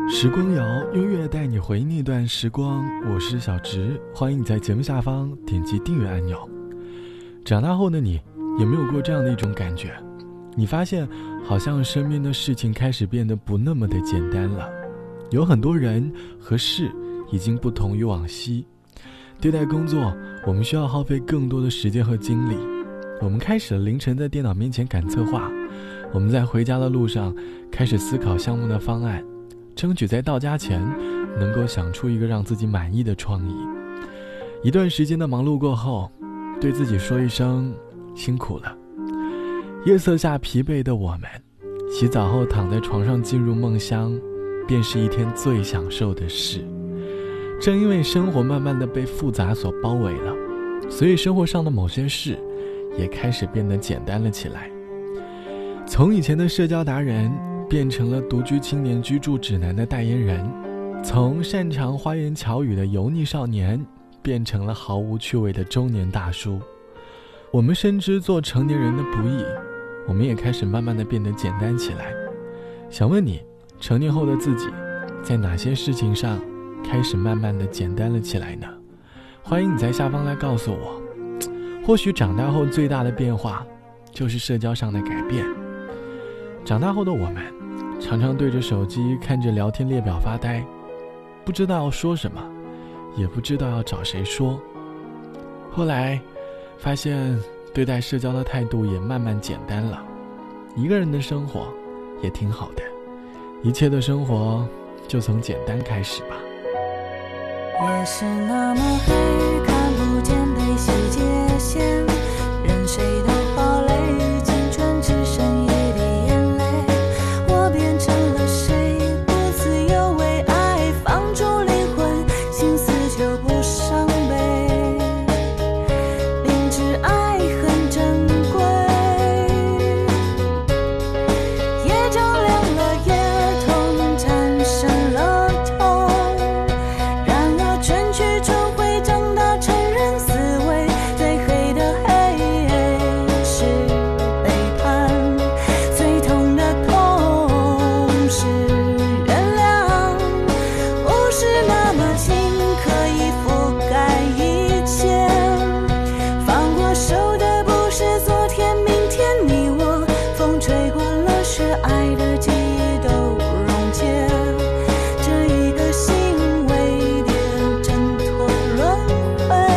时光谣，音乐带你回那段时光，我是小直，欢迎你在节目下方点击订阅按钮。长大后的你，有没有过这样的一种感觉？你发现好像身边的事情开始变得不那么的简单了，有很多人和事已经不同于往昔。对待工作，我们需要耗费更多的时间和精力，我们开始了凌晨在电脑面前赶策划，我们在回家的路上开始思考项目的方案，争取在到家前能够想出一个让自己满意的创意。一段时间的忙碌过后，对自己说一声辛苦了。夜色下疲惫的我们，洗澡后躺在床上进入梦乡，便是一天最享受的事。正因为生活慢慢的被复杂所包围了，所以生活上的某些事也开始变得简单了起来。从以前的社交达人变成了独居青年居住指南的代言人，从擅长花言巧语的油腻少年变成了毫无趣味的中年大叔。我们深知做成年人的不易，我们也开始慢慢的变得简单起来。想问你，成年后的自己在哪些事情上开始慢慢的简单了起来呢？欢迎你在下方来告诉我。或许长大后最大的变化就是社交上的改变。长大后的我们常常对着手机看着聊天列表发呆，不知道要说什么，也不知道要找谁说。后来发现对待社交的态度也慢慢简单了，一个人的生活也挺好的，一切的生活就从简单开始吧。 夜是那么黑，看不见悲喜界限，任谁都好累，青春只剩一滴眼泪。我变成了谁，不自由为爱放逐灵魂，心思就不伤悲，明知爱很珍贵，夜照亮了夜痛，战胜了痛，然而春去春会，长大成人思维，最黑的黑是背叛，最痛的痛是原谅，不是那么轻可以覆盖一切，放过手的不是昨天明天你我，风吹过了雪，爱的记忆都溶解，这一个心为蝶挣脱轮回。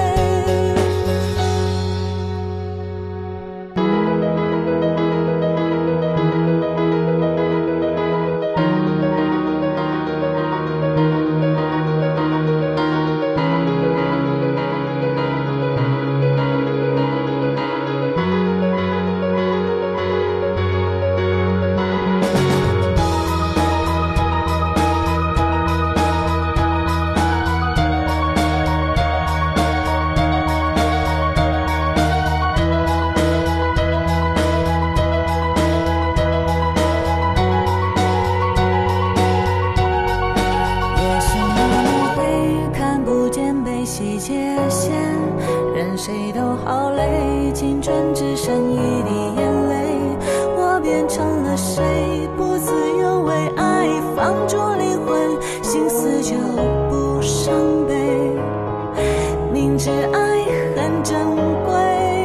夜是那么黑，看不见悲喜界限，任谁都好累，青春只剩一滴眼泪。我变成了谁，不自由为爱放逐灵魂，心思就不伤悲，明知爱很珍贵，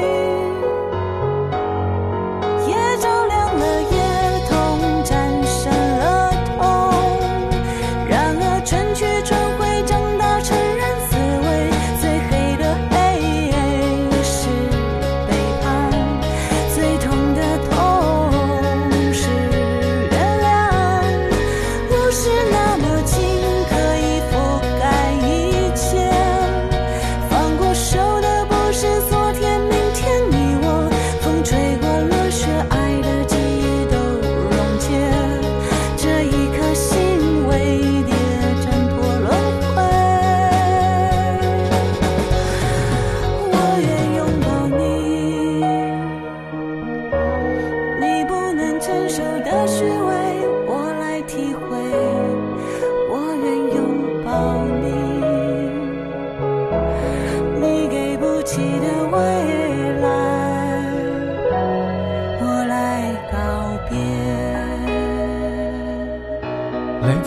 夜照亮了夜痛，战胜了痛，然而春去春会，长大成人思维，最黑的黑是背叛，最痛的痛是原谅，不是那么轻可以覆盖一切，放过手的不是昨天明天你我，风吹过了雪，爱的记忆都溶解，这一颗心为蝶挣脱轮回。我愿拥抱你，你不能承受的虚伪，我来体会。我愿拥抱你，你给不起的未来，我来告别。 来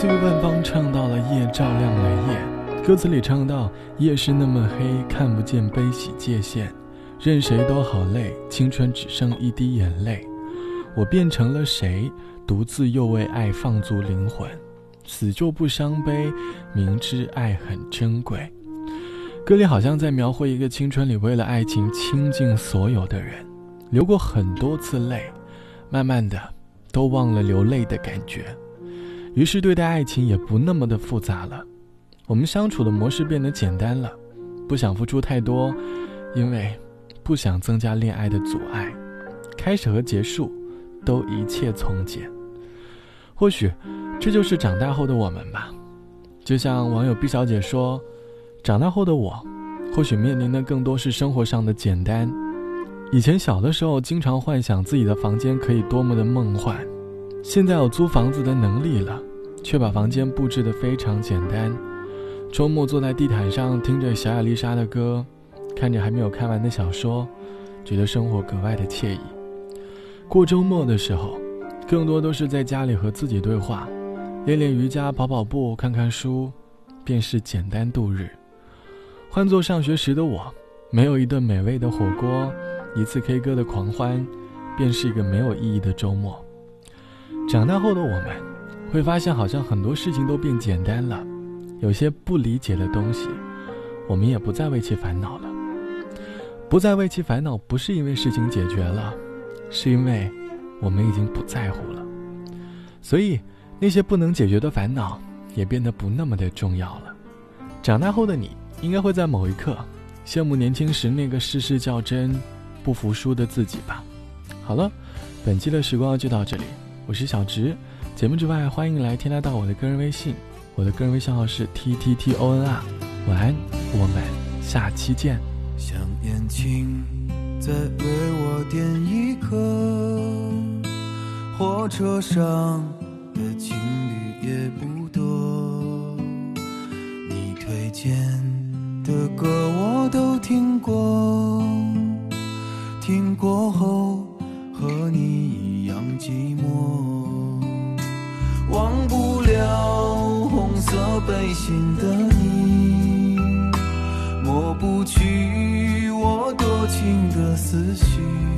自于万芳唱到了夜照亮了夜，歌词里唱到夜是那么黑，看不见悲喜界限，任谁都好累，青春只剩一滴眼泪，我变成了谁，独自又为爱放逐灵魂，死就不伤悲，明知爱很珍贵。歌里好像在描绘一个青春里为了爱情倾尽所有的人，流过很多次泪，慢慢的都忘了流泪的感觉，于是对待爱情也不那么的复杂了。我们相处的模式变得简单了，不想付出太多，因为不想增加恋爱的阻碍，开始和结束都一切从简。或许这就是长大后的我们吧。就像网友 B 小姐说，长大后的我或许面临的更多是生活上的简单。以前小的时候经常幻想自己的房间可以多么的梦幻，现在有租房子的能力了，却把房间布置得非常简单。周末坐在地毯上听着小雅丽莎的歌，看着还没有看完的小说，觉得生活格外的惬意。过周末的时候更多都是在家里和自己对话，练练瑜伽，跑跑步，看看书，便是简单度日。换作上学时的我，没有一顿美味的火锅，一次 K 歌的狂欢，便是一个没有意义的周末。长大后的我们会发现，好像很多事情都变简单了，有些不理解的东西我们也不再为其烦恼了。不再为其烦恼，不是因为事情解决了，是因为我们已经不在乎了。所以那些不能解决的烦恼也变得不那么的重要了。长大后的你应该会在某一刻羡慕年轻时那个事事较真不服输的自己吧。好了，本期的时光就到这里，我是小直。节目之外，欢迎来添加到我的个人微信，我的个人微信号是 TTTONR。 晚安，我们下期见。 想眼睛再为我点一颗，火车上的情侣也不多，你推荐的歌我都听过，听过后和你一样寂寞，忘不了红色背心的你，抹不去我多情的思绪，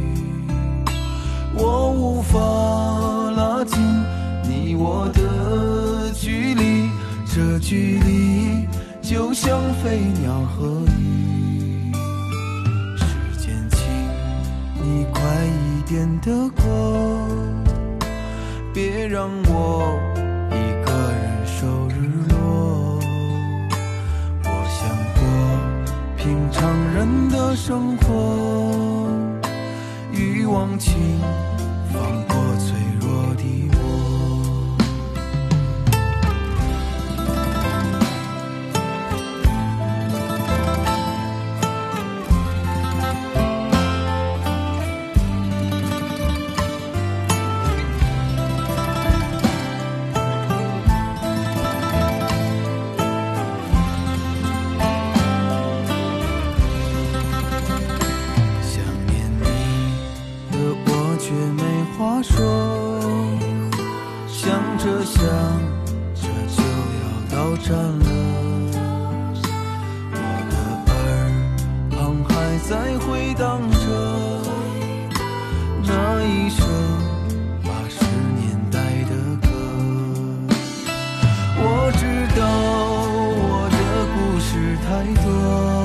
我无法拉近你我的距离，这距离就像飞鸟和鱼。时间请你快一点的过，别让我一个人守日落。我想过平常人的生活，欲望请放过脆弱的我。说想着想着就要到站了，我的耳旁还在回荡着那一首80年代的歌。我知道我的故事太多，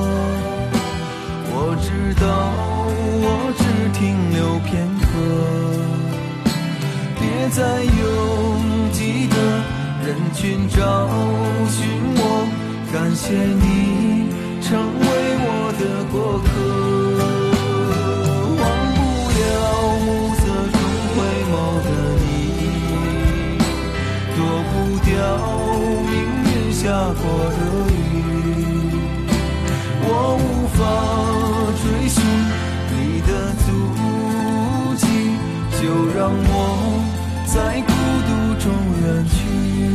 我知道我只停留片刻，别再拥挤的人群找寻我，感谢你成为我的过客。忘不了暮色中回眸的你，躲不掉命运下过的雨，我无法追寻你的足迹，就让我在孤独中远去。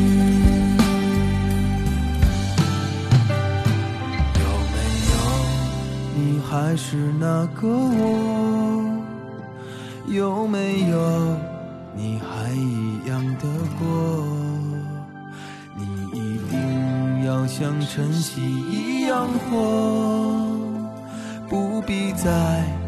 有没有你还是那个我？有没有你还一样的过？ 像晨曦一样活，不必再